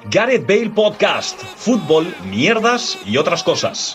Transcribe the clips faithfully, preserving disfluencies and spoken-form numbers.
Gareth Bale Podcast, fútbol, mierdas y otras cosas.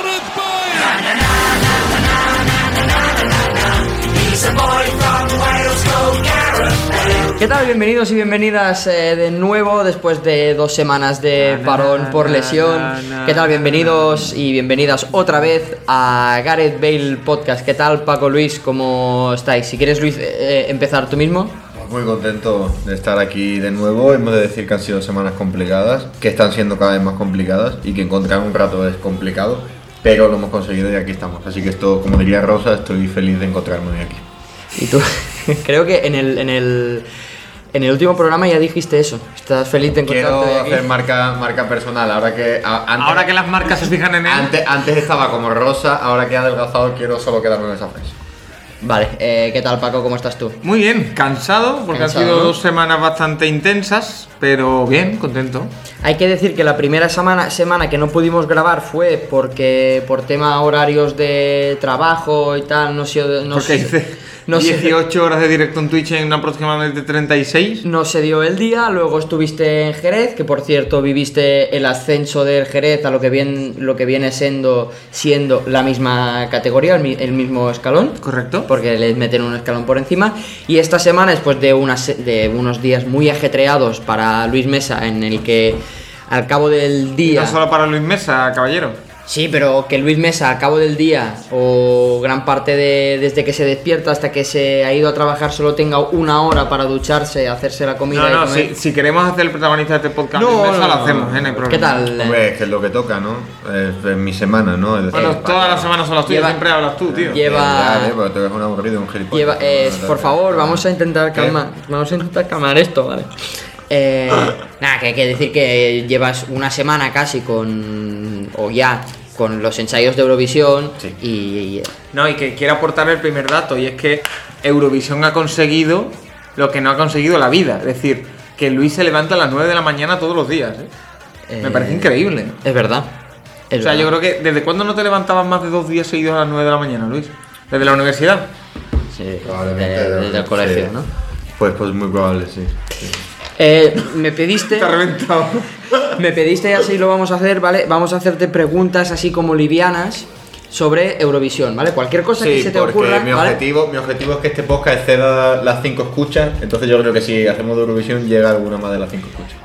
¿Qué tal? Bienvenidos y bienvenidas eh, de nuevo después de dos semanas de parón por lesión. ¿Qué tal? Bienvenidos y bienvenidas otra vez a Gareth Bale Podcast. ¿Qué tal, Paco, Luis? ¿Cómo estáis? Si quieres, Luis, eh, empezar tú mismo. Muy contento de estar aquí de nuevo. Hemos de decir que han sido semanas complicadas, que están siendo cada vez más complicadas y que encontrar un rato es complicado, pero lo hemos conseguido y aquí estamos. Así que esto, como diría Rosa, estoy feliz de encontrarme hoy aquí. Y tú, creo que en el, en el en el último programa ya dijiste eso. Estás feliz de encontrarte Quiero hoy aquí. hacer marca, marca personal. Ahora que a, antes, ahora que las marcas se fijan en él. Antes, antes estaba como Rosa, ahora que he adelgazado quiero solo quedarme en esa frase. Vale, eh, ¿qué tal, Paco? ¿Cómo estás tú? Muy bien, cansado, porque Cansado, han sido ¿no? dos semanas bastante intensas, pero bien, contento. Hay que decir que la primera semana, semana que no pudimos grabar fue porque por tema horarios de trabajo y tal, no sé... No Porque sé, hice no sé- dieciocho horas de directo en Twitch en aproximadamente treinta y seis. No se dio el día, luego estuviste en Jerez, que por cierto viviste el ascenso del Jerez a lo que, bien, lo que viene siendo, siendo la misma categoría, el, mi- el mismo escalón. Correcto. Porque les meten un escalón por encima. Y esta semana, después de, unas, de unos días muy ajetreados para Luis Mesa, en el que al cabo del Y día... no solo para Luis Mesa, caballero. Sí, pero que Luis Mesa al cabo del día o gran parte de desde que se despierta hasta que se ha ido a trabajar solo tenga una hora para ducharse, hacerse la comida No, y no, comer. si, si queremos hacer el protagonista de este podcast, No, Luis Mesa, no, lo no, hacemos, no. ¿eh? No hay problema. ¿Qué tal? Hombre, es que es lo que toca, ¿no? Es, es mi semana, ¿no? Es decir, Bueno, todas las semanas son las tuyas, Lleva- siempre hablas tú, tío. Lleva- Ya, eh, pero tú eres un aburrido, un gilipollas. Lleva, eh, No, no, no, por no, favor, no, vamos a intentar ¿Qué? calmar, vamos a intentar calmar esto, ¿vale? Eh, nada, que hay que decir que llevas una semana casi con, o ya, con los ensayos de Eurovisión. Sí. y, y- No, y que quiero aportar el primer dato, y es que Eurovisión ha conseguido lo que no ha conseguido la vida. Es decir, que Luis se levanta a las nueve de la mañana todos los días, ¿eh? Me eh, parece increíble. Es verdad. es O sea, verdad. yo creo que ¿desde cuándo no te levantabas más de dos días seguidos a las nueve de la mañana, Luis? ¿Desde la universidad? Sí, Probablemente, de- ¿no? desde el colegio, Sí. ¿no? Pues, pues muy probable, sí. sí. Eh, me pediste, Te ha reventado. me pediste y así lo vamos a hacer, ¿vale? Vamos a hacerte preguntas así como livianas sobre Eurovisión, ¿vale? Cualquier cosa que Sí, se te porque ocurra, mi ¿vale? objetivo, mi objetivo es que este podcast exceda las cinco escuchas, entonces yo creo que si hacemos de Eurovisión llega alguna más de las cinco escuchas.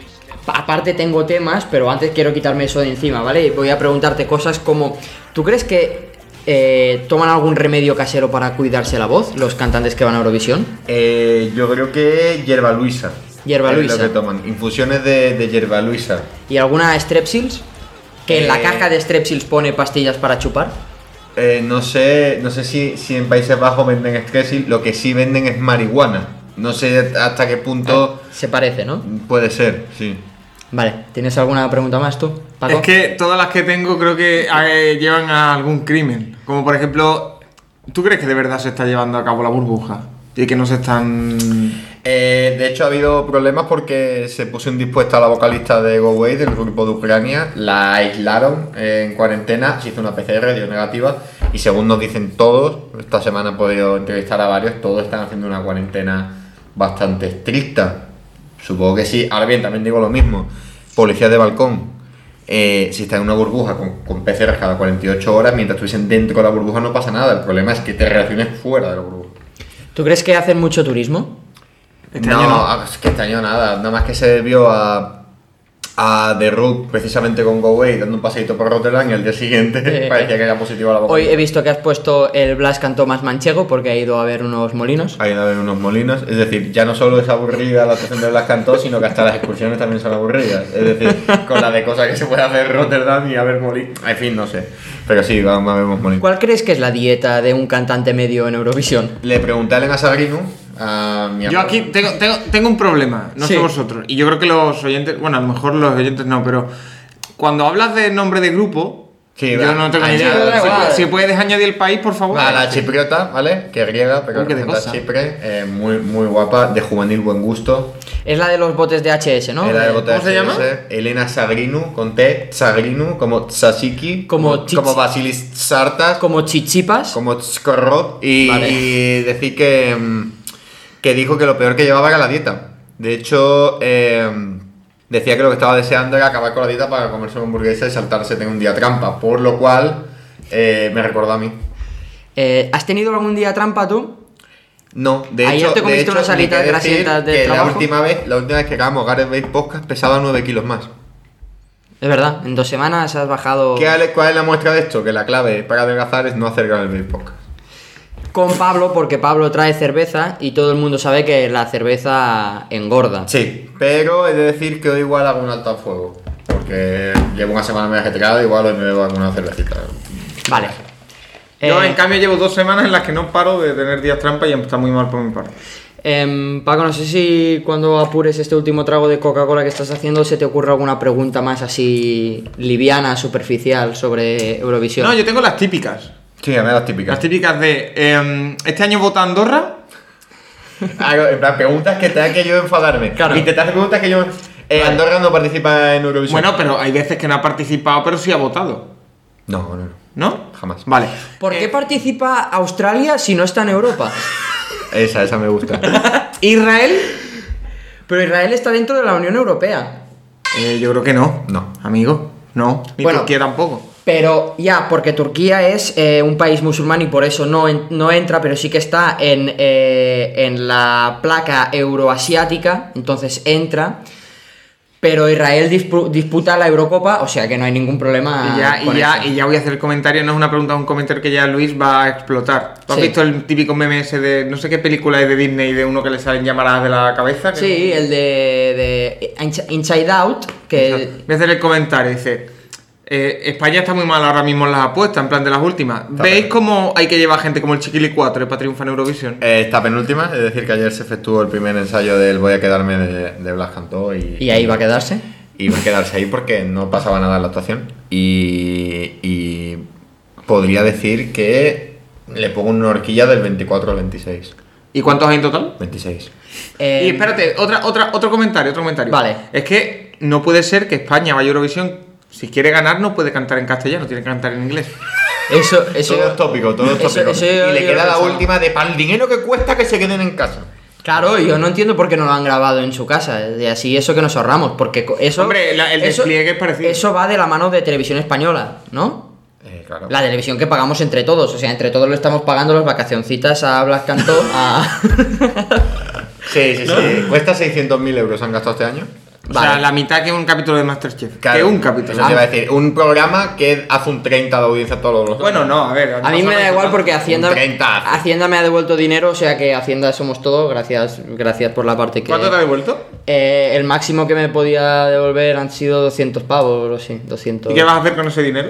Aparte tengo temas, pero antes quiero quitarme eso de encima, ¿vale? Voy a preguntarte cosas como, ¿tú crees que eh, toman algún remedio casero para cuidarse la voz los cantantes que van a Eurovisión? Eh, yo creo que hierba luisa. Hierba es luisa. lo que toman, infusiones de, de hierba luisa. ¿Y alguna Strepsils? Que en la Eh. caja de Strepsils pone pastillas para chupar. Eh, no sé, no sé si, si en Países Bajos venden Strepsil, lo que sí venden es marihuana. No sé hasta qué punto Se parece, ¿no? puede ser, sí. Vale, ¿tienes alguna pregunta más tú, Paco? Es que todas las que tengo creo que eh, llevan a algún crimen. Como por ejemplo, ¿tú crees que de verdad se está llevando a cabo la burbuja? Y que no se están... Eh, de hecho ha habido problemas porque se puso indispuesta la vocalista de Go Away del grupo de Ucrania, la aislaron en cuarentena, se hizo una P C R, dio negativa y según nos dicen todos, esta semana he podido entrevistar a varios, todos están haciendo una cuarentena bastante estricta. Supongo que sí. Ahora bien, también digo lo mismo, policías de balcón, eh, si están en una burbuja con, con P C R cada cuarenta y ocho horas, mientras estuviesen dentro de la burbuja no pasa nada, el problema es que te reacciones fuera de la burbuja. ¿Tú crees que hacen mucho turismo? Este no, año no. es que este año nada, nada más que se debió a, a The Roop precisamente con Go Away dando un paseíto por Rotterdam y al día siguiente Eh, parecía que era positivo a la boca. Hoy he visto que has puesto el Blas cantó más manchego porque ha ido a ver unos molinos. Hay que haber unos molinos, es decir, ya no solo es aburrida la actuación de Blas Cantó, sino que hasta las excursiones también son aburridas. Es decir, con la de cosas que se puede hacer en Rotterdam y a ver molinos. En fin, no sé. Pero sí, vamos a ver molinos. ¿Cuál crees que es la dieta de un cantante medio en Eurovisión? Le pregunté a Elena Sagrinu, a mi Yo amigo. aquí tengo, tengo, tengo un problema, no Sí. sé vosotros. Y yo creo que los oyentes, bueno, a lo mejor los oyentes no, pero cuando hablas de nombre de grupo, Sí, yo va. no tengo Ah, ni idea. sí, da Si- igual. Si puedes añadir el país, por favor. A la chipriota, ¿vale? Que es griega, pero Uy, qué de representa cosa. Chipre, eh, muy, muy guapa, de juvenil buen gusto. Es la de los botes de H S, ¿no? Era de Eh, Bota ¿cómo se H S, llama? Elena Sagrinu, con T, Sagrinu, como Tzatziki, Como como, chichi- como Basilis Sartas, Como chichipas. como Tskorrot, y, Vale. y decir que, mm, que dijo que lo peor que llevaba era la dieta. De hecho, eh, decía que lo que estaba deseando era acabar con la dieta para comerse una hamburguesa y saltarse en un día trampa, por lo cual eh, me recordó a mí. Eh, ¿Has tenido algún día trampa tú? No, de Ayer hecho, te comiste de hecho, unas alitas ni que decir grasientas de que trabajo. la última vez, la última vez que grabamos Gareth Bale Podcast pesaba nueve kilos más. Es verdad, en dos semanas has bajado... ¿Qué, ¿Cuál es la muestra de esto? Que la clave para adelgazar es no hacer Gareth Bale Podcast. Con Pablo, porque Pablo trae cerveza y todo el mundo sabe que la cerveza engorda. Sí, pero he de decir que hoy igual hago un alto al fuego. Porque llevo una semana muy ajetreada, igual hoy me bebo alguna cervecita. Vale. Yo, Eh, en cambio, llevo dos semanas en las que no paro de tener días trampa y está muy mal por mi parte. em, Paco, no sé si cuando apures este último trago de Coca-Cola que estás haciendo se te ocurre alguna pregunta más así liviana, superficial sobre Eurovisión. No, yo tengo las típicas. Sí, a mí las típicas. Las típicas de... eh, ¿Este año vota Andorra? Ah, en plan, preguntas que te hagan que yo enfadarme. Claro. Y te haces preguntas que yo... Eh, Vale. Andorra no participa en Eurovisión. Bueno, pero hay veces que no ha participado, pero sí ha votado. No, no, no. ¿No? Jamás. Vale. ¿Por qué Eh, participa Australia si no está en Europa? Esa, esa me gusta. ¿Israel? Pero Israel está dentro de la Unión Europea. Eh, yo creo que no. No. Amigo, no. Ni Bueno. Turquía tampoco. Pero ya, porque Turquía es eh, un país musulmán y por eso no, en- no entra, pero sí que está en, eh, en la placa euroasiática, entonces entra. Pero Israel dispu- disputa la Eurocopa, o sea que no hay ningún problema. Y ya, y, con ya, eso. y ya voy a hacer el comentario, no es una pregunta, es un comentario que ya Luis va a explotar. ¿Tú has Sí. visto el típico meme ese de no sé qué película es de Disney de uno que le salen llamaradas de la cabeza? Que- Sí, el de, de Inch- Inside Out, que... Voy a hacer el comentario, dice... eh, España está muy mal ahora mismo en las apuestas, en plan de las últimas. ¿Veis bien. cómo hay que llevar gente como el Chiquili cuatro para triunfar en Eurovisión? Eh, esta penúltima, es decir, que ayer se efectuó el primer ensayo del Voy a quedarme de, de Blas Cantó y, Y ahí va a quedarse. y va a quedarse ahí porque no pasaba nada en la actuación. Y, y podría decir que le pongo una horquilla del veinticuatro al veintiséis. ¿Y cuántos hay en total? veintiséis. Eh, Y espérate, otra, otra, otro comentario, otro comentario. Vale. Es que no puede ser que España vaya a Eurovisión. Si quiere ganar, no puede cantar en castellano, tiene que cantar en inglés. Eso, eso... Todo es tópico, todo es eso- tópico. eso yo- y le yo queda lo la pensaba. última de para el dinero que cuesta que se queden en casa. Claro, yo no entiendo por qué no lo han grabado en su casa. Y así eso que nos ahorramos, porque co- eso... Hombre, la- el eso- despliegue es parecido. Eso va de la mano de Televisión Española, ¿no? Eh, claro. La televisión que pagamos entre todos, o sea, entre todos le estamos pagando las vacacioncitas a Blas Cantó, a... Sí, sí, sí. Cuesta seiscientos mil euros, han gastado este año. O Vale. sea, la mitad que un capítulo de Masterchef. Claro, que un capítulo. Eso te iba a decir. Un programa que hace un treinta de audiencia todos los Bueno, no, a ver. A mí me da igual porque Hacienda, Un treinta. Hacienda me ha devuelto dinero, o sea que Hacienda somos todos, gracias, gracias por la parte que... ¿Cuánto te ha devuelto? Eh, el máximo que me podía devolver han sido doscientos pavos, o sí, doscientos. ¿Y qué vas a hacer con ese dinero?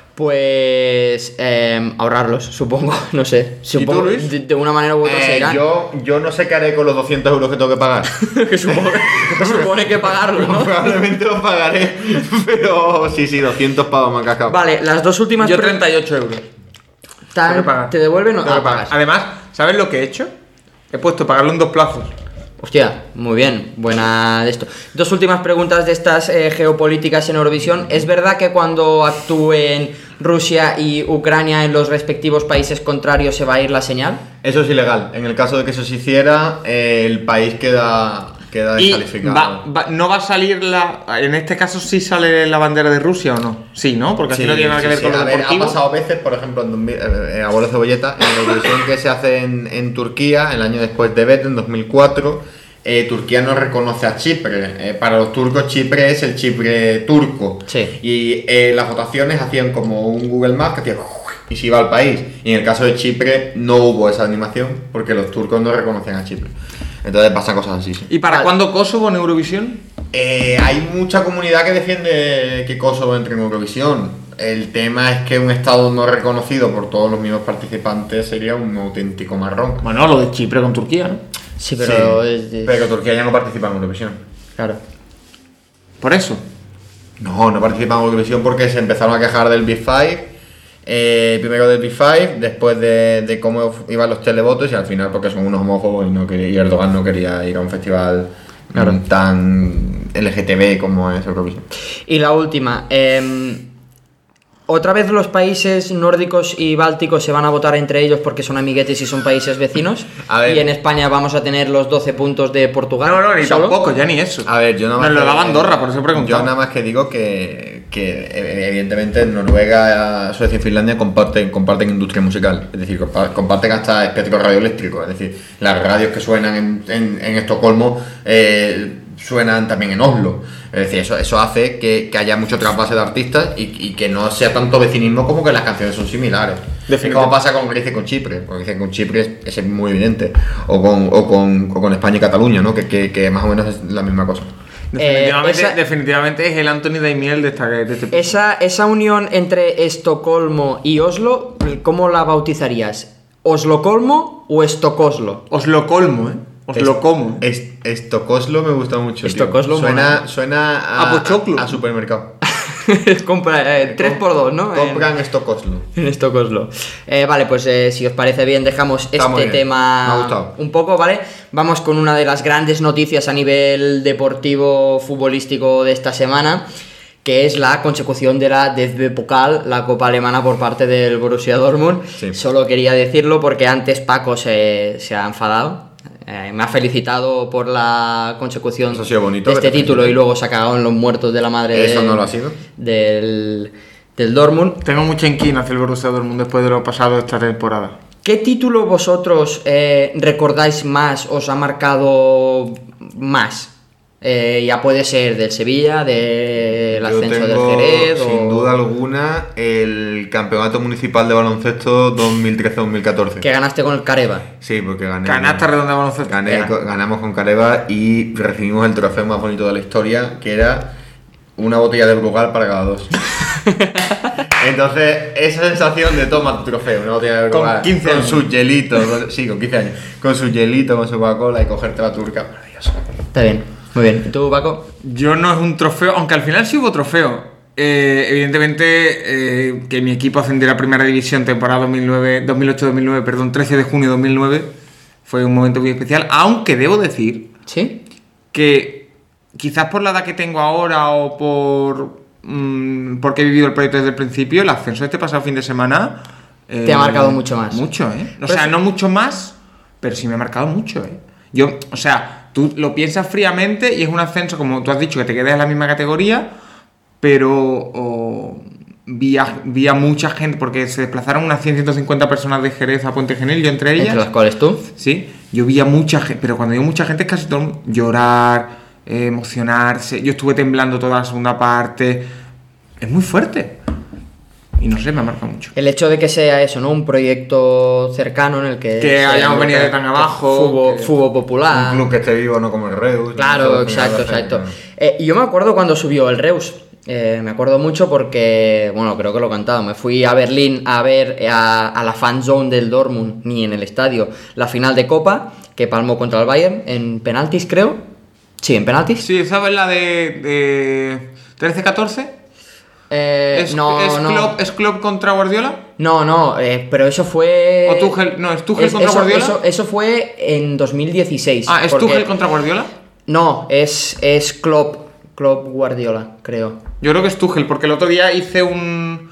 Pues eh, ahorrarlos, supongo, no sé. Supongo, Luis? De, de una manera u otra se Eh, irán. yo, yo no sé qué haré con los doscientos euros que tengo que pagar. que supongo que supone que pagarlo, ¿no? Probablemente los pagaré, pero sí, sí, doscientos pavos me han cascado. Vale, las dos últimas Yo pre- treinta y ocho euros. tan- Tengo que pagar. ¿Te devuelven o Tengo que ah, pagar. pagas? Además, ¿sabes lo que he hecho? He puesto pagarlo en dos plazos. Hostia, muy bien, buena de esto. Dos últimas preguntas de estas eh, geopolíticas en Eurovisión. ¿Es verdad que cuando actúen Rusia y Ucrania en los respectivos países contrarios se va a ir la señal? Eso es ilegal. En el caso de que eso se hiciera, eh, el país queda, queda Y descalificado. va- va- no va a salir la. En este caso, ¿sí sale la bandera de Rusia o no? Sí, ¿no? Porque así Sí, no tiene nada que sí, ver sí. con lo A ver, deportivo. ha pasado veces, por ejemplo, en, dos mil, eh, en Abuelo Cebolleta, en la Eurovisión que se hace en, en Turquía, el año después de Bet, en dos mil cuatro, eh, Turquía no reconoce a Chipre. Eh, para los turcos, Chipre es el Chipre turco. Sí. Y eh, las votaciones hacían como un Google Maps que hacía y se iba al país. Y en el caso de Chipre no hubo esa animación porque los turcos no reconocían a Chipre. Entonces pasan cosas así. Sí. ¿Y para Vale. cuándo Kosovo en Eurovisión? Eh, hay mucha comunidad que defiende que Kosovo entre en Eurovisión. El tema es que un estado no reconocido por todos los mismos participantes sería un auténtico marrón. Bueno, lo de Chipre con Turquía, ¿no? Sí, pero Sí, es de- pero Turquía ya no participa en Eurovisión. Claro. Por eso. No, no participa en Eurovisión porque se empezaron a quejar del Big Five. Eh, primero del Big Five, después de, de cómo iban los televotos y al final porque son unos homófobos y, no quería, y Erdogan no quería ir a un festival Claro. mm, tan L G T B como es Eurovisión. Y la última, em, ¿Otra vez los países nórdicos y bálticos se van a votar entre ellos porque son amiguetes y son países vecinos? A ver. Y en España vamos a tener los doce puntos de Portugal. No, no, ni ¿solo? tampoco, ya ni eso. A ver, yo nada más. Nos lo que- daba Andorra, por eso preguntaba. Yo nada más que digo que, que eh, evidentemente Noruega, Suecia y Finlandia comparten, comparten industria musical. Es decir, compa- comparten hasta espectro radioeléctrico. Es decir, las radios que suenan en, en, en Estocolmo eh, suenan también en Oslo. Es decir, eso, eso hace que, que haya mucho trasvase de artistas y, y que no sea tanto vecinismo como que las canciones son similares. Es Definitivamente. como pasa con Grecia y con Chipre. Con Grecia y con Chipre es, es muy evidente. O con, o con, o con España y Cataluña, ¿no? Que, que, que más o menos es la misma cosa. Definitivamente, Eh, esa- definitivamente es el Anthony Daimiel de, esta, de este episodio. Esa, esa unión entre Estocolmo y Oslo, ¿cómo la bautizarías? ¿Oslocolmo o Estocoslo? Os lo colmo, ¿eh? Os lo como. Es, Estocoslo me gusta mucho. tío. Estocoslo suena, mola. suena a, A pochoclo. a, a supermercado. Compra eh, tres por dos, ¿no? En- Compran Estocoslo. En Estocoslo. Eh, vale, pues eh, si os parece bien, dejamos Está muy este bien. tema Me ha gustado. un poco, ¿vale? Vamos con una de las grandes noticias a nivel deportivo futbolístico de esta semana, que es la consecución de la D F B Pokal, la Copa Alemana, por parte del Borussia Dortmund. Sí. Solo quería decirlo porque antes Paco se, se ha enfadado. Eh, me ha felicitado por la consecución Eso ha sido bonito, de que este te título felicite. y luego se ha cagado en los muertos de la madre Eso de- no lo ha sido. del, del Dortmund. Tengo mucha inquina hacia el Borussia Dortmund después de lo pasado esta temporada. ¿Qué título vosotros eh, recordáis más, os ha marcado más? Eh, ya puede ser del Sevilla, del Yo ascenso tengo, del Jerez sin o duda alguna, el campeonato municipal de baloncesto dos mil trece dos mil catorce. que ganaste con el Careva. Sí, porque gané. Canasta redonda de baloncesto. Gané, Era. co- ganamos con Careva y recibimos el trofeo más bonito de la historia, que era una botella de Brugal para cada dos. Entonces, esa sensación de toma tu trofeo, una botella de Con Brugal, quince con años. su hielito, con- sí, con quince años, con su hielito, con su Coca-Cola y cogerte la turca, maravilloso. Está bien, muy bien. ¿Y tú, Paco? Yo no es un trofeo, aunque al final sí hubo trofeo. Eh, evidentemente, eh, que mi equipo ascendiera a Primera División temporada dos mil nueve, dos mil ocho dos mil nueve, perdón, trece de junio de dos mil nueve, fue un momento muy especial. Aunque debo decir ¿Sí? que quizás por la edad que tengo ahora o por mm, porque he vivido el proyecto desde el principio, el ascenso de este pasado fin de semana eh, Te ha marcado mucho más. Mucho, ¿eh? O Pues- sea, no mucho más, pero sí me ha marcado mucho, ¿eh? Yo, o sea, tú lo piensas fríamente y es un ascenso, como tú has dicho, que te quedas en la misma categoría, pero o, vi, a, vi a mucha gente, porque se desplazaron unas cien, ciento cincuenta personas de Jerez a Puente Genil, yo entre ellas. Entre las cuales tú. Sí, yo vi a mucha gente, pero cuando digo mucha gente es casi todo el mundo llorar, eh, emocionarse. Yo estuve temblando toda la segunda parte. Es muy fuerte. Y no sé, me ha marcado mucho. El hecho de que sea eso, ¿no? Un proyecto cercano en el que... Que se hayamos venido de involucra tan abajo, Fútbol, que- fútbol popular. Un club que esté vivo, no como el Reus. Ah. Claro, no exacto, solo que exacto. hace- Eh, y yo me acuerdo cuando subió el Reus. Eh, me acuerdo mucho porque, bueno, creo que lo he contado. Me fui a Berlín a ver a, a la fan zone del Dortmund, ni en el estadio, la final de Copa, que palmó contra el Bayern en penaltis, creo. Sí, en penaltis. Sí, ¿sabes la de, de trece catorce? Eh, ¿Es, no, es, no. Klopp, ¿Es Klopp contra Guardiola? No, no, eh, pero eso fue. ¿O Tuchel? No, ¿es Tuchel Es- contra eso, Guardiola? Eso, eso fue en dos mil dieciséis. Ah, ¿es porque- Tuchel contra Guardiola? No, es, es Klopp, Klopp Guardiola, creo. Yo creo que es Tuchel, porque el otro día hice un,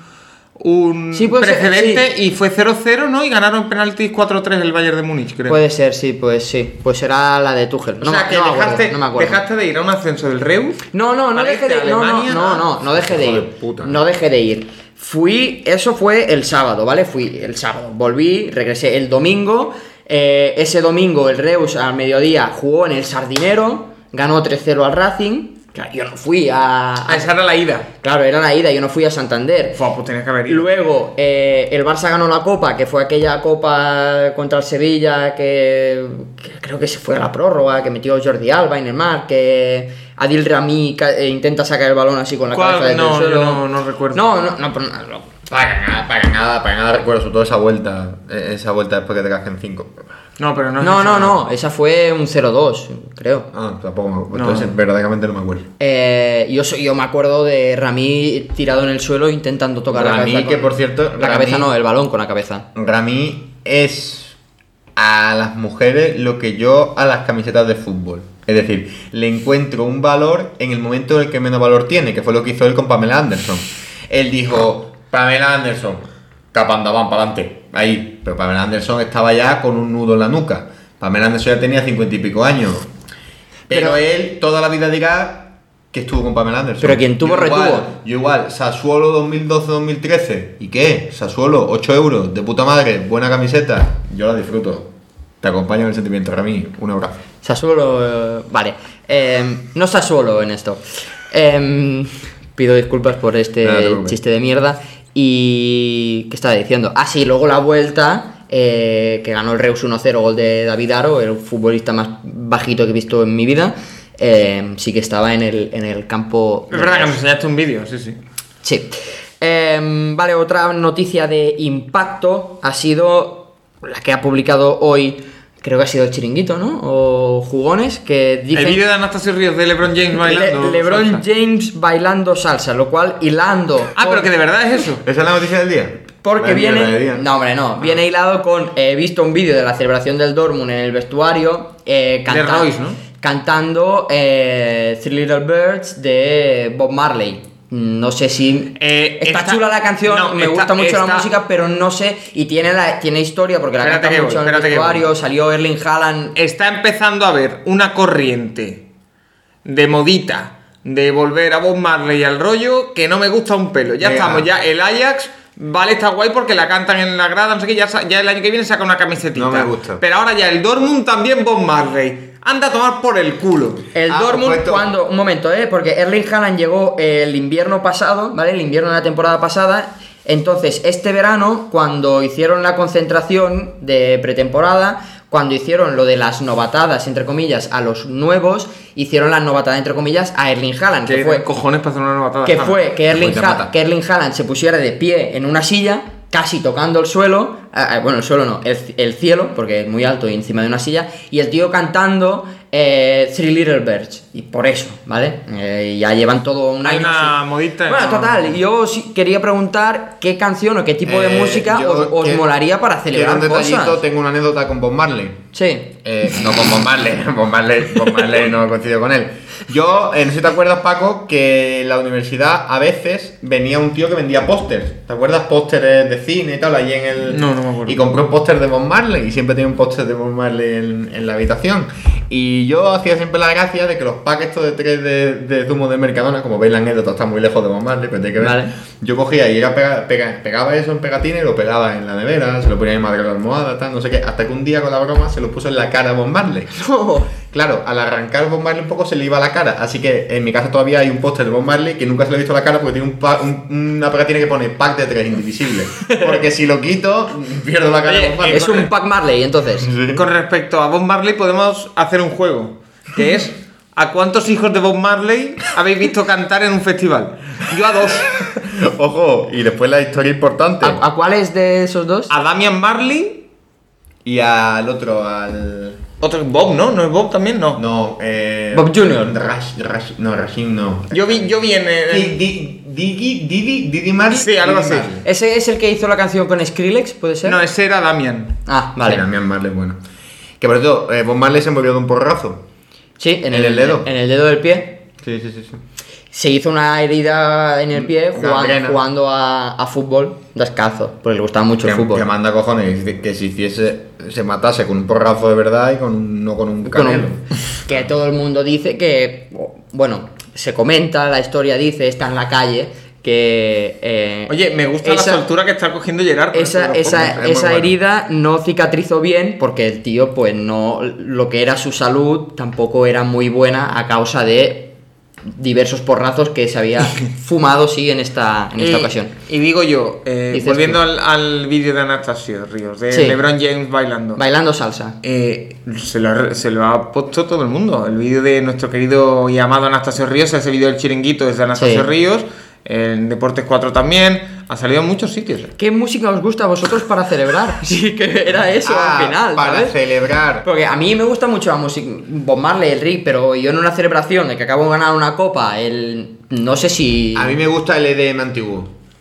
un Sí, puede ser, precedente sí. y fue cero cero, ¿no? Y ganaron penaltis cuatro tres el Bayern de Múnich, creo. Puede ser, sí, pues sí. Pues será la de Tuchel. o No, sea, me- que no me acuerdo, dejaste, no me acuerdo. dejaste de ir a un ascenso del Reus. No, no, no ¿Para dejé irte de a ir. No, no, Alemania? no, no, no dejé de Hijo de ir. puta. No dejé de ir. Fui, eso fue el sábado, ¿vale? Fui el sábado. Volví, regresé el domingo. Eh, ese domingo el Reus al mediodía jugó en el Sardinero, ganó tres cero al Racing. Claro, yo no fui a. Ah, esa era la ida. Claro, era la ida, yo no fui a Santander. Fua, pues tenías que haber ido. Luego, eh, el Barça ganó la Copa, que fue aquella Copa contra el Sevilla que, que creo que se fue a la prórroga, que metió Jordi Alba en el mar, que Adil Rami ca- eh, intenta sacar el balón así con la ¿Cuál? cabeza desde No, el suelo. yo no- no recuerdo. No, no, no, pero no, no. Para nada, para nada, para nada recuerdo, sobre todo esa vuelta, eh, esa vuelta después que te casquen cinco. No, pero no es No, esa. no, no, esa fue un cero dos, creo. Ah, tampoco me acuerdo. No. Entonces, verdaderamente no me acuerdo. Eh, yo, so- yo me acuerdo de Rami tirado en el suelo intentando tocar la Rami, cabeza. que con- por cierto, La Rami- cabeza no, el balón con la cabeza. Rami es a las mujeres lo que yo a las camisetas de fútbol. Es decir, le encuentro un valor en el momento en el que menos valor tiene, que fue lo que hizo él con Pamela Anderson. Él dijo, Pamela Anderson, capa andaban para adelante, ahí. Pero Pamela Anderson estaba ya con un nudo en la nuca. Pamela Anderson ya tenía cincuenta y pico años. Pero, pero él toda la vida dirá que estuvo con Pamela Anderson. Pero quien tuvo, yo retuvo. Igual, yo igual, Sassuolo dos mil doce dos mil trece. ¿Y qué? Sassuolo, ocho euros, de puta madre, buena camiseta. Yo la disfruto. Te acompaño en el sentimiento, Rami. Un abrazo. Sassuolo, eh, vale. Eh, no Sassuolo en esto. Eh, pido disculpas por este Nada, chiste de mierda. Y... ¿qué estaba diciendo? Ah, sí, luego la vuelta, eh, que ganó el Reus uno cero, gol de David Aro, el futbolista más bajito que he visto en mi vida. Eh, sí que estaba en el, en el campo... Es verdad que me enseñaste un vídeo, sí, sí. Sí. Eh, vale, otra noticia de impacto ha sido la que ha publicado hoy, creo que ha sido el Chiringuito, ¿no? O Jugones, que dicen... El vídeo de Anastasio Ríos de LeBron James bailando Le- LeBron salsa. James bailando salsa, lo cual hilando... Ah, con- pero que de verdad es eso. ¿Esa es la noticia del día? Porque La mierda del viene... día. No, hombre, no. Viene hilado con... He visto un vídeo de la celebración del Dortmund en el vestuario. Eh, canta- De Royce, ¿no? Cantando eh, Three Little Birds de Bob Marley. No sé si... Eh, está, está- chula la canción, no, me está- gusta mucho está- la música, pero no sé... Y tiene, la, tiene historia porque la Espérate canta que voy, mucho en el espérate que voy. vestuario. Salió Erling Haaland... Está empezando a haber una corriente de modita de volver a Bob Marley al rollo que no me gusta un pelo. Ya Venga. estamos, ya el Ajax, vale, está guay porque la cantan en la grada, no sé qué, ya, sa- ya el año que viene saca una camisetita. No me gusta. Pero ahora ya el Dortmund también Bob Marley. Anda a tomar por el culo. El Ah, Dortmund opuesto. cuando... Un momento, ¿eh? Porque Erling Haaland llegó el invierno pasado, ¿vale? El invierno de la temporada pasada. Entonces, este verano, cuando hicieron la concentración de pretemporada, cuando hicieron lo de las novatadas, entre comillas, a los nuevos, hicieron las novatadas, entre comillas, a Erling Haaland, que Que fue... fue cojones para hacer una novatada. que fue que Erling, Pues te Ha- mata. que Erling Haaland se pusiera de pie en una silla, casi tocando el suelo, eh, bueno, el suelo no, el, el cielo, porque es muy alto y encima de una silla, y el tío cantando eh, Three Little Birds, y por eso, ¿vale? Eh, ya llevan todo un Hay año. una así. modita. Bueno, no- total, yo sí quería preguntar qué canción o qué tipo de Eh, música yo os, os quiero- molaría para Quiero celebrar un detallito, cosas. tengo una anécdota con Bob Marley. Sí. Eh, no con Bob Marley, Bob Marley, Bob Marley no coincido con él. Yo, eh, no sé si te acuerdas, Paco, que en la universidad a veces venía un tío que vendía pósters. ¿Te acuerdas? Pósteres de cine y tal, allí en el... No, no me acuerdo. Y compró un póster de Bob Marley y siempre tenía un póster de Bob Marley en, en la habitación. Y yo hacía siempre la gracia de que los packs estos de tres de, de zumo de Mercadona, como veis la anécdota está muy lejos de Bob Marley, pero hay que ver. Vale. Yo cogía y era pega- pega- pegaba eso en pegatina y lo pegaba en la nevera, se lo ponía en mi madre en la almohada, tal, no sé qué, hasta que un día con la broma se lo puso en la cara a Bob Marley. Claro, al arrancar Bob Marley un poco se le iba la cara, así que en mi casa todavía hay un póster de Bob Marley que nunca se le he visto la cara porque tiene un pa- un- una pegatina que pone pack de tres indivisible. Porque si lo quito, pierdo la cara Oye, de Bob Marley. Es un Pac Marley, entonces. Con respecto a Bob Marley podemos hacer un juego, que es ¿a cuántos hijos de Bob Marley habéis visto cantar en un festival? Yo a dos. Ojo, y después la historia importante. ¿A, a cuáles de esos dos? A Damian Marley, Y al otro, al... otro Bob, ¿no? ¿No es Bob también? No. No, eh... Bob junior Rash, Rash, no, Rashim no. Yo vi, yo vi en el- Di- Di- Digi, Didi, Didi Marley. Sí, algo Didi así. Marley. ¿Ese es el que hizo la canción con Skrillex, puede ser? No, ese era Damian. Ah, Vale. vale. Damian Marley, bueno. Que por cierto, eh, Bob Marley se murió de un porrazo. Sí, en, ¿En el dedo? En el dedo del pie. Sí, sí, sí, sí. Se hizo una herida en el pie jugando, Gangrena. jugando a, a fútbol descalzo, porque le gustaba mucho el Que, fútbol. que manda cojones que, si- que si hiciese, se matase con un porrazo de verdad y con un, no con un Con un- canelo. que todo el mundo dice que, bueno, se comenta, la historia dice, está en la calle, que... eh, Oye, me gusta esa- la soltura que está cogiendo Gerard. con Esa, esto de los esa, podcasts. es muy esa bueno. herida no cicatrizó bien porque el tío, pues no. Lo que era su salud tampoco era muy buena a causa de diversos porrazos que se había fumado, sí, en esta, en esta Y- ocasión. Y digo yo, eh, Dices volviendo tú. al, al vídeo de Anastasio Ríos, de Sí. LeBron James bailando. Bailando salsa. Eh, se, lo ha, se lo ha puesto todo el mundo. El vídeo de nuestro querido y amado Anastasio Ríos, ese vídeo del Chiringuito es de Anastasio Sí. Ríos, en Deportes cuatro también, ha salido en muchos sitios. ¿Qué música os gusta a vosotros para celebrar? Sí, que era eso Ah, al final, para ¿sabes? celebrar. Porque a mí me gusta mucho la música, Bob Marley, el Rick, pero yo en una celebración de que acabo de ganar una copa, el no sé si... A mí me gusta el E D M antiguo.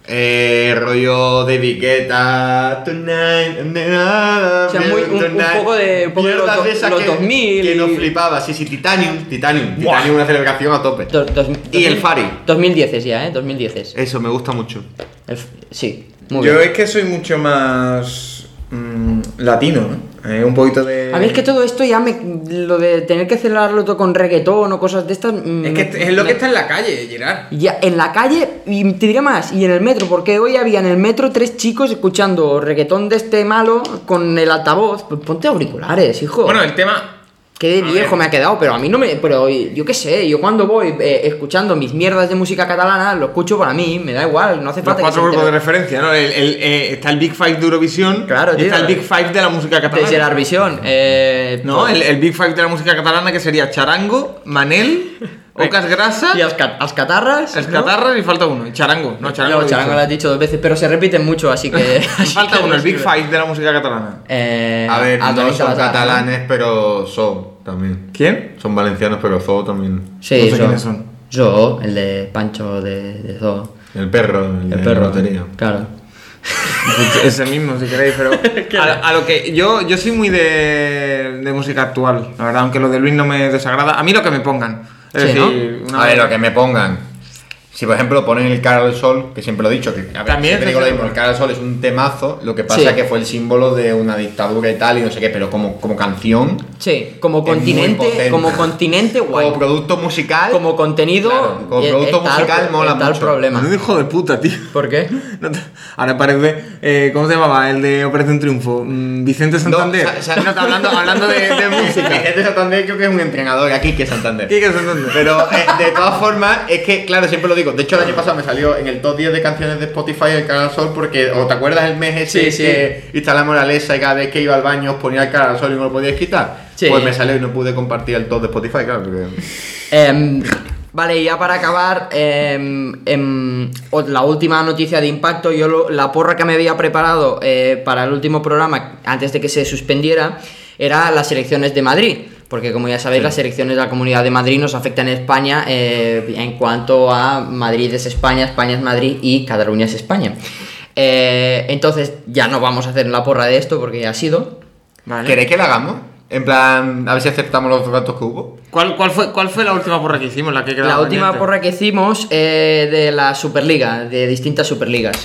Eh, rollo David Guetta, Tonight, O sea, muy- un- un poco de- un poco de los Mierdas do- esas los que, dos mil que nos y- flipaba. Sí, sí, Titanium, Titanium, Buah. Titanium, una celebración a tope. Dos- dos- Y el dos- Fari. dos mil diez es ya, ¿eh? dos mil diez es. Eso me gusta mucho. El f- sí, muy Yo bien. es que soy mucho más mm, latino, ¿no? Eh, un poquito de... A mí es que todo esto ya me... Lo de tener que celebrarlo todo con reggaetón o cosas de estas... mm, Es que me- es lo que me- está en la calle, Gerard. Ya, en la calle, y te diré más, y en el metro, porque hoy había en el metro tres chicos escuchando reggaetón de este malo con el altavoz. Pues ponte auriculares, hijo. Bueno, el tema... Qué de a viejo ver. me ha quedado, pero a mí no me... Pero yo qué sé, yo cuando voy eh, escuchando mis mierdas de música catalana, lo escucho para mí, me da igual, no hace Los falta cuatro que se grupos de entere. referencia, ¿no? El, el, eh, está el Big Five de Eurovisión. Claro, y tío. está el Big Five de la música De catalana. Gerard Visión. Eh, No, el, el Big Five de la música catalana que sería Charango, Manel, Ocas Grasa, Y las catarras. ¿no? Escatarras y falta uno. Y Charango, no, Charango. No, lo he Charango dicho. lo has dicho dos veces, pero se repiten mucho, así que... así Falta que uno, no el Big sirve. Five de la música catalana. Eh, A ver, no Antonio son Salazar, ¿no? catalanes, pero son también. ¿Quién? Son valencianos, pero Zoo también. Sí, No sé Zo. quiénes son. Zo, el de Pancho de, de Zoo. El perro, el, El de perro. la lotería. Claro. Ese mismo, si queréis, pero a, a lo que yo, yo soy muy de, de música actual, la verdad, aunque lo de Luis no me desagrada. A mí lo que me pongan. Es Sí, decir, una A ver, lo que me pongan. Si por ejemplo ponen el Cara al Sol, que siempre lo he dicho, que a ver, También siempre es digo lo de- mismo, el Cara al Sol es un temazo, lo que pasa Sí. es que fue el símbolo de una dictadura y tal, y no sé qué, pero como, como canción, Sí, como Es muy continente, potente. como continente guay. como producto musical, Como contenido, Claro, como eh, producto está el- musical mola está el mucho. problema. Menudo hijo de puta, tío. ¿Por qué? No te- Ahora parece, eh, ¿cómo se llamaba? El de Operación Triunfo. Mm, Vicente Santander. sa- sa- No, está hablando, hablando de, de música. Vicente Santander creo que es un entrenador aquí, que es Santander. Quique Santander. Pero eh, de todas formas, es que, claro, siempre lo digo. De hecho, el año pasado me salió en el top diez de canciones de Spotify el Cara al Sol, porque, ¿o te acuerdas el mes ese Sí, sí. que instalamos la Alexa y cada vez que iba al baño os ponía el Cara al Sol y no lo podíais quitar? Sí. Pues me salió y no pude compartir el top de Spotify, claro, porque... Em, vale, y ya para acabar, em, em, o- la última noticia de impacto, yo lo- la porra que me había preparado eh, para el último programa, antes de que se suspendiera, era las elecciones de Madrid. Porque como ya sabéis, las elecciones de la Comunidad de Madrid nos afectan en España eh, en cuanto a Madrid es España, España es Madrid y Cataluña es España. Eh, entonces ya no vamos a hacer la porra de esto porque ya ha sido. Vale. ¿Queréis que la hagamos? En plan, a ver si aceptamos los datos que hubo. ¿Cuál, cuál, fue, ¿Cuál fue la última porra que hicimos? La que quedaba La última pendiente? porra que hicimos eh, de la Superliga, de distintas Superligas.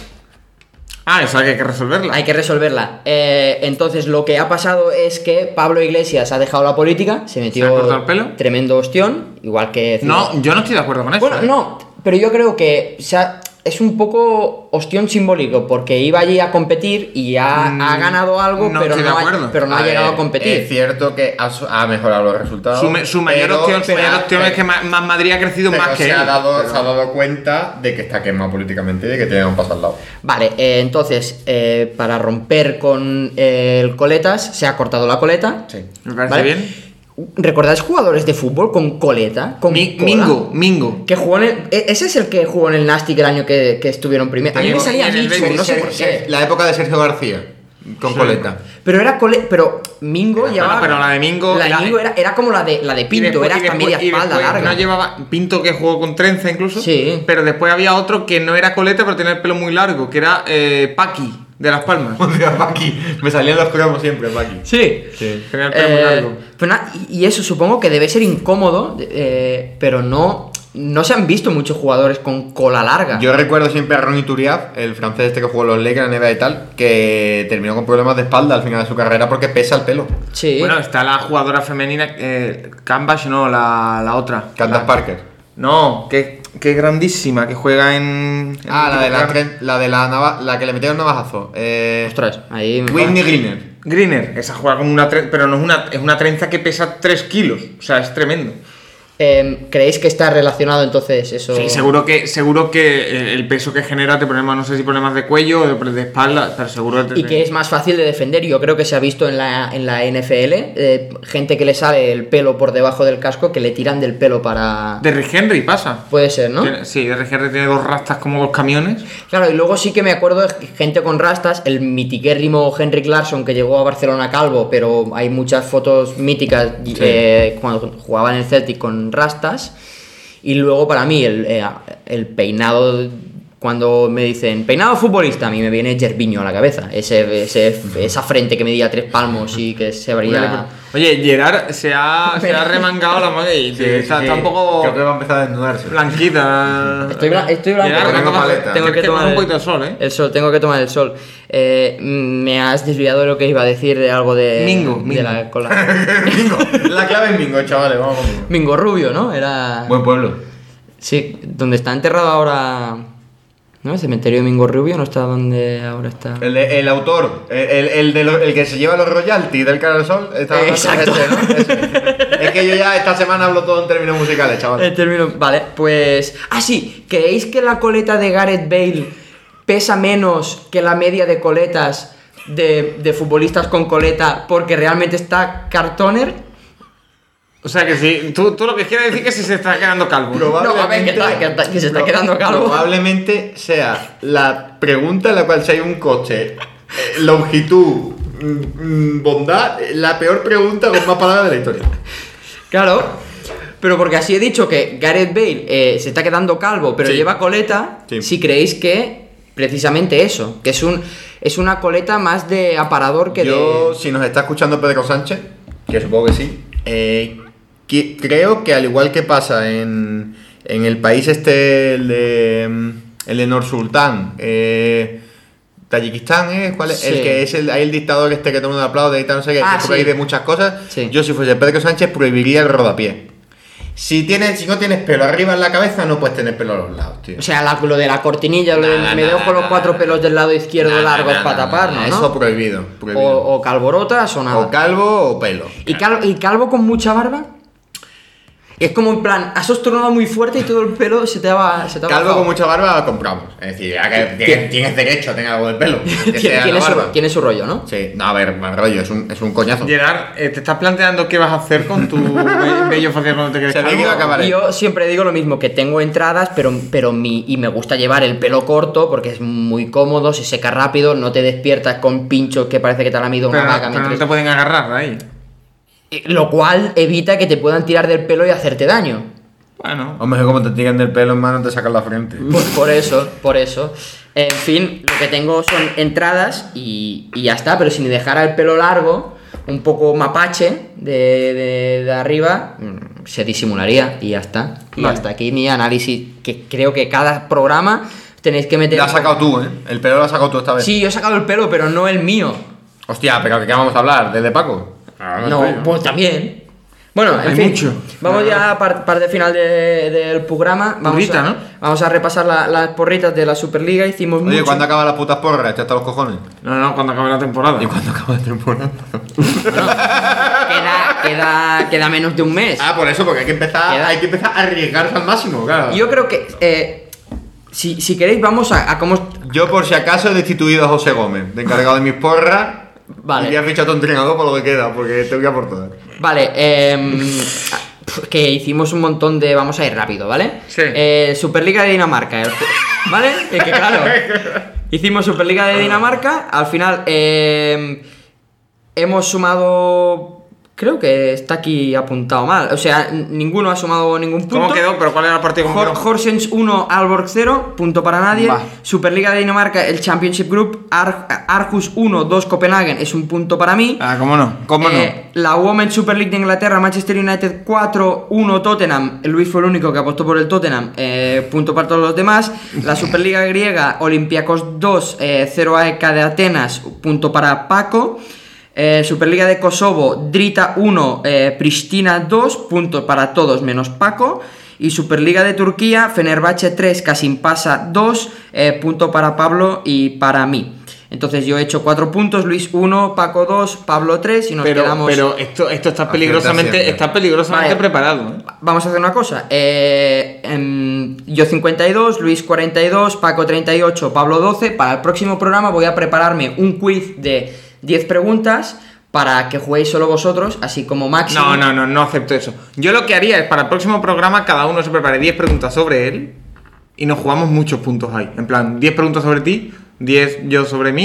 Ah, esa que hay que resolverla. Hay que resolverla. Eh, entonces, lo que ha pasado es que Pablo Iglesias ha dejado la política, se metió ¿Se ha cortado el pelo? tremendo ostión, igual que... No, yo no estoy de acuerdo con eso. Bueno, ¿eh? no, pero yo creo que o sea, es un poco ostión simbólico, porque iba allí a competir y ha, Mm, ha ganado algo, no pero, estoy de no ha, acuerdo. pero no ha A llegado ver, a competir. Es cierto que ha, su- ha mejorado los resultados. Su, me- su mayor pero opción, su se mayor ha- opción es que más, más Madrid ha crecido pero más que se, él. ha dado, Pero- se ha dado cuenta de que está quemado políticamente y de que tiene un paso al lado. Vale, eh, entonces, eh, para romper con eh, el coletas, se ha cortado la coleta. Sí. Me parece ¿Vale? bien. ¿Recordáis jugadores de fútbol con coleta? Con Mi- cola? Mingo, Mingo. Que jugó en el, e- ese es el que jugó en el Nastic el año que, que estuvieron primero. A mí me Tengo- salía y en el Micho, veinte, no sé Ser- por Ser- qué. La época de Sergio García, con Sí. coleta. Pero era cole, pero Mingo Bueno, llevaba. pero la de Mingo La de era- Mingo era, era como la de la de Y Pinto, después- era y hasta después- media y espalda después larga. No llevaba Pinto, que jugó con trenza incluso. Sí. Pero después había otro que no era coleta, pero tenía el pelo muy largo, que era eh, Paqui, de Las Palmas. Hostia, Paqui. Me salían los cromos siempre, Paqui. Sí. Sí. Tenía el pelo muy Eh, largo. pues nada, y y eso supongo que debe ser incómodo, eh, pero no, no se han visto muchos jugadores con cola larga. Yo recuerdo siempre a Ronny Turiaf, el francés este que jugó en los Lakers, en la N B A y tal, que terminó con problemas de espalda al final de su carrera porque pesa el pelo. Sí. Bueno, está la jugadora femenina, eh, Canvas, no, la, la otra. Candace La- Parker. No, que, que grandísima, que juega en. en Ah, un la de la, equipo que- tren- la de la nava- la que le metieron navajazo. Eh, Ostras, ahí me Whitney Greener. Greener, esa juega con una trenza, pero no es una, es una trenza que pesa tres kilos. O sea, es tremendo. Eh, ¿Creéis que está relacionado entonces eso? Sí, seguro que, seguro que eh, el peso que genera te problemas, no sé si problemas de cuello o de, de espalda, pero seguro que Y que es más fácil de defender. Yo creo que se ha visto en la, en la N F L eh, gente que le sale el pelo por debajo del casco, que le tiran del pelo para... De Rick Henry pasa. Puede ser, ¿no? Tiene- sí, de Rick Henry tiene dos rastas como dos camiones. Claro, y luego sí que me acuerdo de gente con rastas, el mitiquérrimo Henry Clarkson que llegó a Barcelona calvo, pero hay muchas fotos míticas eh, cuando jugaba en el Celtic con rastas. Y luego para mí el, eh, el peinado cuando me dicen peinado futbolista, a mí me viene Gervinho a la cabeza. Ese, ese, esa frente que medía tres palmos y que se abría. Oye, Gerard se ha, se ha remangado la mano y Sí, está, sí, está un poco creo que va a empezar a desnudarse. blanquita. Estoy, blan- estoy blanco. Gerard, tengo, tengo paleta. tengo que Tienes que tomar tomar un el- poquito de sol, ¿eh? El sol, tengo que tomar el sol. Eh, me has desviado de lo que iba a decir de algo de. Mingo, de Mingo. la cola. Mingo. La clave es Mingo, chavales, vamos conmigo. Mingo Rubio, ¿no? Era. Buen pueblo. Sí, donde está enterrado ahora. ¿No? El cementerio de Mingo Rubio no está donde ahora está. El, de- el autor, el, el, el de lo- el que se lleva los royalties del Cara del Sol, está hablando Exacto. de este, ¿no? Ese. Es que yo ya esta semana hablo todo en términos musicales, chavales. El término. Vale, pues. Ah, sí, ¿creéis que la coleta de Gareth Bale pesa menos que la media de coletas de, de futbolistas con coleta porque realmente está Cartoner? O sea que sí, tú, tú lo que quieres decir es que si se está quedando calvo. No, a ver, que, está- que está- que se está Pro- quedando calvo. Probablemente sea la pregunta en la cual si hay un coche, eh, longitud, mm, mm, bondad, la peor pregunta con más palabras de la historia. Claro, pero porque así he dicho que Gareth Bale eh, se está quedando calvo, pero Sí. lleva coleta. Sí. Si creéis que precisamente eso, que es un es una coleta más de aparador que Yo, de. si nos está escuchando Pedro Sánchez, que supongo que sí, eh, que- creo que al igual que pasa en, en el país este, el de, mm, el de Nur-Sultán, eh, Tayikistán, ¿eh? ¿Cuál es? Sí. El que es el, hay el dictador este que todo el mundo aplaude y tal, no sé qué, Ah, que sí. prohíbe muchas cosas. Sí. Yo, si fuese Pedro Sánchez, prohibiría el rodapié. Si, tienes, si no tienes pelo arriba en la cabeza, no puedes tener pelo a los lados, tío. O sea, la- lo de la cortinilla, lo de Nada, me nada, dejo con los nada, cuatro nada. pelos del lado izquierdo Nada, largos nada, para nada, taparnos, nada. ¿no? Eso prohibido, prohibido. O, o calborotas o nada. O calvo o pelo. ¿Y, calvo, ¿Y calvo con mucha barba? Es como en plan, has estornudado muy fuerte y todo el pelo se te va. Se te ha Calvo bajado. con mucha barba compramos. Es decir, ya que tienes, tienes derecho a tener algo de pelo. Que Tiene, sea tiene la su, barba. tiene su rollo, ¿no? Sí, no, a ver, mal rollo, es un, es un coñazo. Gerard, eh, ¿te estás planteando qué vas a hacer con tu be- bello facial cuando te quedes Se ve calvo? que iba a acabar. Vale. Yo siempre digo lo mismo, que tengo entradas, pero, pero mi, y me gusta llevar el pelo corto porque es muy cómodo, se seca rápido, no te despiertas con pinchos que parece que te ha lamido una Pero, vaca. pero no mientras- te pueden agarrar de ahí. Eh, Lo cual evita que te puedan tirar del pelo y hacerte daño. Bueno. Hombre, como te tiran del pelo en mano, te sacan la frente. Por, por eso, por eso. En fin, lo que tengo son entradas y, y ya está, pero si me dejara el pelo largo, un poco mapache de, de, de arriba, mm, se disimularía y ya está. Y Vale. hasta aquí mi análisis, que creo que cada programa tenéis que meter... Lo has sacado tú, ¿eh? El pelo lo has sacado tú esta vez. Sí, yo he sacado el pelo, pero no el mío. Hostia, pero ¿de qué vamos a hablar? ¿Del de Paco? No, pues también. Bueno, en Hay fin, mucho. vamos ya a par- parte final de- del programa. Vamos Porrita, a, ¿no? Vamos a repasar la- las porritas de la Superliga. Hicimos Oye, mucho. ¿cuándo acaban las putas porras? Estoy hasta los cojones. No, no, cuando acabe la temporada. ¿Y cuándo acaba la temporada? Queda, queda, queda menos de un mes. Ah, por eso, porque hay que empezar, Queda- hay que empezar a arriesgarse al máximo, claro. Yo creo que, eh, si, si queréis, vamos a, a cómo. Yo, por si acaso, he destituido a José Gómez, de encargado de mis porras. Vale. Y ya he fichado a tu entrenador por lo que queda, porque te voy a por todas. Vale, eh, que hicimos un montón de. Vamos a ir rápido, ¿vale? Sí. Eh, Superliga de Dinamarca, el- ¿vale? Es que claro. Hicimos Superliga de Dinamarca. Al final, eh, hemos sumado. Creo que está aquí apuntado mal. O sea, n- ninguno ha sumado ningún punto. ¿Cómo quedó? ¿Pero cuál era el partido? ¿Cómo Hor- quedó? Horsens uno, Aalborg cero, punto para nadie. Va. Superliga de Dinamarca, el Championship Group, Ar- Aarhus uno, dos Copenhagen, es un punto para mí. Ah, ¿cómo no? ¿Cómo Eh, La Women's Super League de Inglaterra, Manchester United cuatro, uno Tottenham. Luis fue el único que apostó por el Tottenham, eh, punto para todos los demás. La Superliga griega, Olympiacos dos, eh, cero A E K de Atenas, punto para Paco. Eh, Superliga de Kosovo, Drita uno, eh, Pristina dos, puntos para todos menos Paco. Y Superliga de Turquía, Fenerbahce tres, Kasimpasa dos, eh, punto para Pablo y para mí. Entonces yo he hecho cuatro puntos, Luis uno, Paco dos, Pablo tres y nos Pero, quedamos... pero esto, esto está Acierta peligrosamente, siempre. está peligrosamente Vale. preparado. ¿eh? Vamos a hacer una cosa. eh, em, yo cincuenta y dos, Luis cuarenta y dos, Paco treinta y ocho, Pablo doce. Para el próximo programa voy a prepararme un quiz de diez preguntas para que juguéis solo vosotros, así como máximo. No, no, no, no acepto eso. Yo lo que haría es para el próximo programa cada uno se prepare diez preguntas sobre él y nos jugamos muchos puntos ahí. En plan, diez preguntas sobre ti, diez yo sobre mí,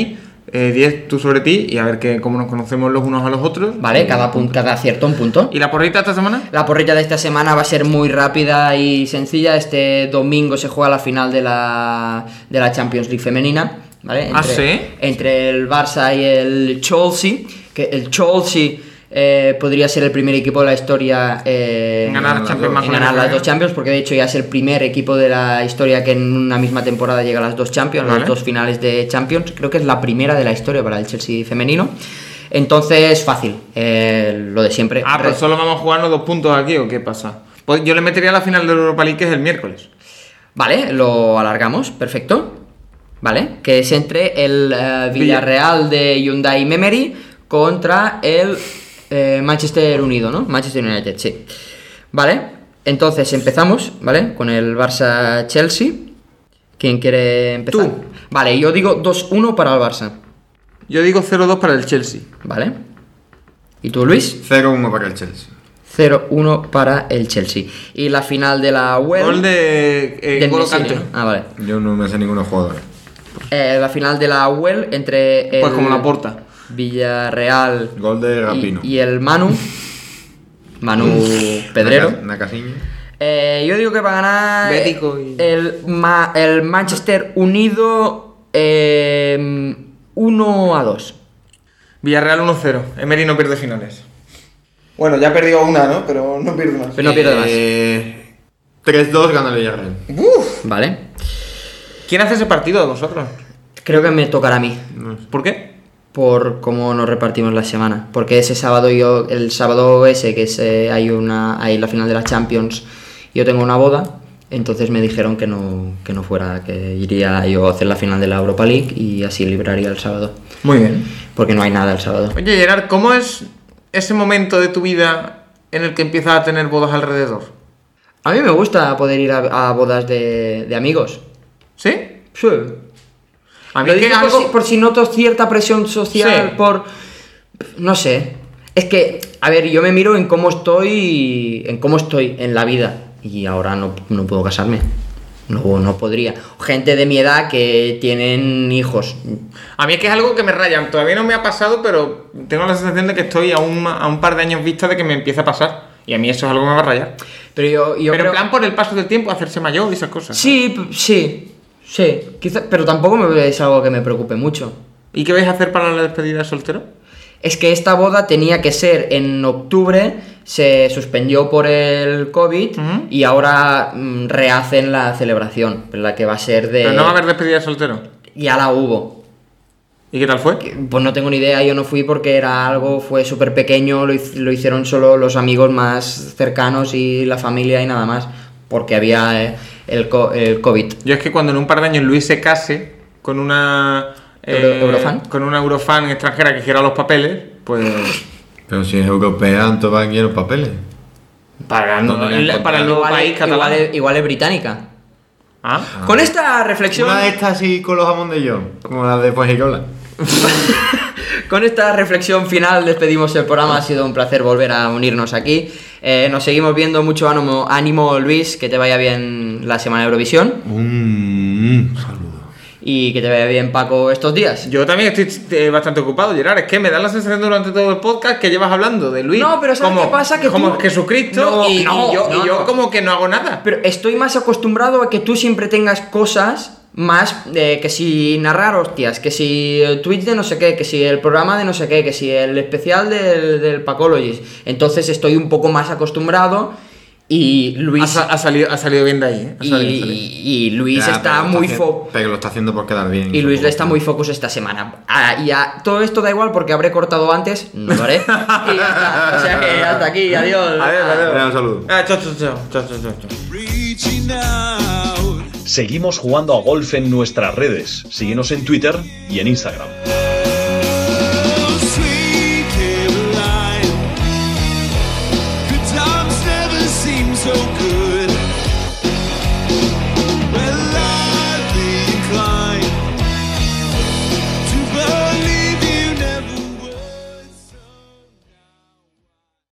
eh, diez tú sobre ti y a ver que, cómo nos conocemos los unos a los otros. Vale, cada, punto, cada acierto un punto. ¿Y la porrita esta semana? La porrilla de esta semana va a ser muy rápida y sencilla. Este domingo se juega la final de la, de la Champions League femenina, ¿vale? Entre, ¿Ah, sí? Entre el Barça y el Chelsea, que el Chelsea eh, podría ser el primer equipo de la historia eh, en ganar, en Champions las en ganar las dos Champions, porque de hecho ya es el primer equipo de la historia que en una misma temporada llega a las dos Champions, Vale. las dos finales de Champions. Creo que es la primera de la historia para el Chelsea femenino. Entonces, fácil, eh, lo de siempre. Ah, pero Re- solo vamos a jugarnos dos puntos aquí, ¿o qué pasa? Pues yo le metería la final de la Europa League, que es el miércoles. Vale, lo alargamos, perfecto. Vale, que es entre el eh, Villarreal de Hyundai Memory contra el eh, Manchester Unido, ¿no? Manchester United, sí. Vale, entonces empezamos, ¿vale? Con el Barça-Chelsea. ¿Quién quiere empezar? Tú. Vale, yo digo dos uno para el Barça. Yo digo cero dos para el Chelsea. Vale. ¿Y tú, Luis? cero uno para el Chelsea. cero uno para el Chelsea. Y la final de la U E L... Gol de eh, del N'Golo Nesiri, Kanté. ¿no? Ah, vale. Yo no me sé ninguno jugador. Eh, la final de la U E L entre el Pues como la Porta. Villarreal Gol de y, Rapino. y el Manu Manu Pedrero. Una casiña. Eh, yo digo que va a ganar Bético y- el, Ma- el Manchester Unido eh, uno a dos. Villarreal uno cero. Emery no pierde finales. Bueno, ya perdió una, ¿no? Pero no pierde más. Pero no pierde más. Eh, tres dos gana el Villarreal. Vale. ¿Quién hace ese partido de vosotros? Creo que me tocará a mí. ¿Por qué? Por cómo nos repartimos la semana. Porque ese sábado yo, el sábado ese, que es, eh, hay una hay la final de la Champions, yo tengo una boda, entonces me dijeron que no, que no fuera, que iría yo a hacer la final de la Europa League y así libraría el sábado. Muy bien. Porque no hay nada el sábado. Oye, Gerard, ¿cómo es ese momento de tu vida en el que empiezas a tener bodas alrededor? A mí me gusta poder ir a, a bodas de, de amigos. ¿Sí? Sí. A mí Lo es que digo por, algo... si, por si noto cierta presión social, Sí. por... No sé. Es que, a ver, yo me miro en cómo estoy, en cómo estoy en la vida. Y ahora no, no puedo casarme. No, no podría. Gente de mi edad que tienen hijos. A mí es que es algo que me raya. Todavía no me ha pasado, pero tengo la sensación de que estoy a un, a un par de años vista de que me empieza a pasar. Y a mí eso es algo que me va a rayar. Pero yo, yo pero creo... en plan por el paso del tiempo, hacerse mayor y esas cosas. Sí, p- sí, sí. Quizá, pero tampoco me, es algo que me preocupe mucho. ¿Y qué vais a hacer para la despedida de soltero? Es que esta boda tenía que ser en octubre, se suspendió por el COVID Ujú. y ahora mm, rehacen la celebración, la que va a ser de... Pero no va a haber despedida de soltero. Ya la hubo. ¿Y qué tal fue? Pues no tengo ni idea, yo no fui porque era algo, fue súper pequeño, lo, hic- lo hicieron solo los amigos más cercanos y la familia y nada más, porque había eh, el, co- el COVID. Yo es que cuando en un par de años Luis se case con una... Euro- ¿Eurofan? Con una Eurofan extranjera que quiera los papeles, pues... Pero si es europea, entonces van aquí los papeles. Para, el- ¿Dónde le han para el nuevo Igual, país es- catalán. igual es, igual es británica. ¿Ah? Con esta reflexión... Una de estas así con los jamón de yo, como la de Fuengirola. Con esta reflexión final despedimos el programa, ha sido un placer volver a unirnos aquí. Eh, nos seguimos viendo, mucho ánimo, ánimo Luis, que te vaya bien la semana de Eurovisión Un saludo. y que te vaya bien Paco estos días. Yo también estoy eh, bastante ocupado, Gerard. Es que me da la sensación durante todo el podcast que llevas hablando de Luis. No, pero ¿sabes como, qué pasa? Que como tú- Jesucristo No, y, y no, yo, no, y yo no. como que no hago nada. Pero estoy más acostumbrado a que tú siempre tengas cosas más eh, que si narrar hostias, que si el Twitch de no sé qué, que si el programa de no sé qué, que si el especial del, del Pacologist. Entonces estoy un poco más acostumbrado y Ha, Luis... sa- ha salido, ha salido bien de ahí, ¿eh? Ha Y, salido, ha salido. y Luis Ya, está pero lo muy haciendo- fo Pero lo está haciendo por quedar bien. y Luis supongo. le está muy focus esta semana. Ah, y a todo esto da igual porque habré cortado antes, no lo haré. Y ya está. O sea que hasta aquí, adiós. Adiós, adiós. Venga, un saludo. Ah, chao, chao, chao, chao, chao, chao, chao. Reaching out. Seguimos jugando a golf en nuestras redes. Síguenos en Twitter y en Instagram.